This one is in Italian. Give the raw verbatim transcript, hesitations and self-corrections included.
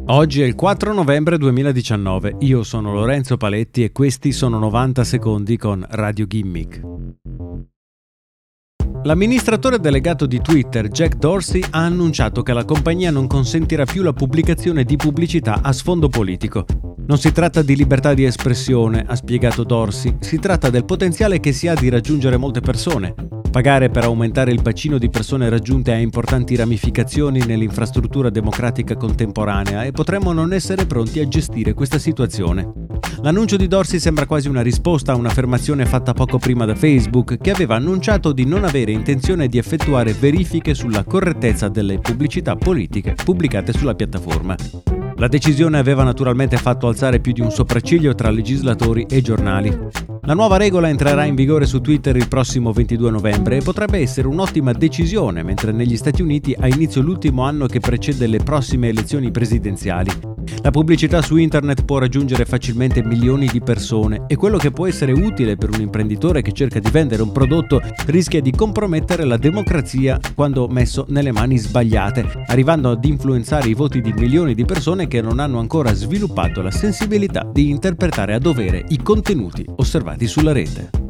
Oggi è il quattro novembre duemiladiciannove, io sono Lorenzo Paletti e questi sono novanta secondi con Radio Gimmick. L'amministratore delegato di Twitter, Jack Dorsey, ha annunciato che la compagnia non consentirà più la pubblicazione di pubblicità a sfondo politico. Non si tratta di libertà di espressione, ha spiegato Dorsey, si tratta del potenziale che si ha di raggiungere molte persone. Pagare per aumentare il bacino di persone raggiunte ha importanti ramificazioni nell'infrastruttura democratica contemporanea e potremmo non essere pronti a gestire questa situazione. L'annuncio di Dorsey sembra quasi una risposta a un'affermazione fatta poco prima da Facebook, che aveva annunciato di non avere intenzione di effettuare verifiche sulla correttezza delle pubblicità politiche pubblicate sulla piattaforma. La decisione aveva naturalmente fatto alzare più di un sopracciglio tra legislatori e giornali. La nuova regola entrerà in vigore su Twitter il prossimo ventidue novembre e potrebbe essere un'ottima decisione, mentre negli Stati Uniti ha inizio l'ultimo anno che precede le prossime elezioni presidenziali. La pubblicità su internet può raggiungere facilmente milioni di persone e quello che può essere utile per un imprenditore che cerca di vendere un prodotto rischia di compromettere la democrazia quando messo nelle mani sbagliate, arrivando ad influenzare i voti di milioni di persone che non hanno ancora sviluppato la sensibilità di interpretare a dovere i contenuti osservati sulla rete.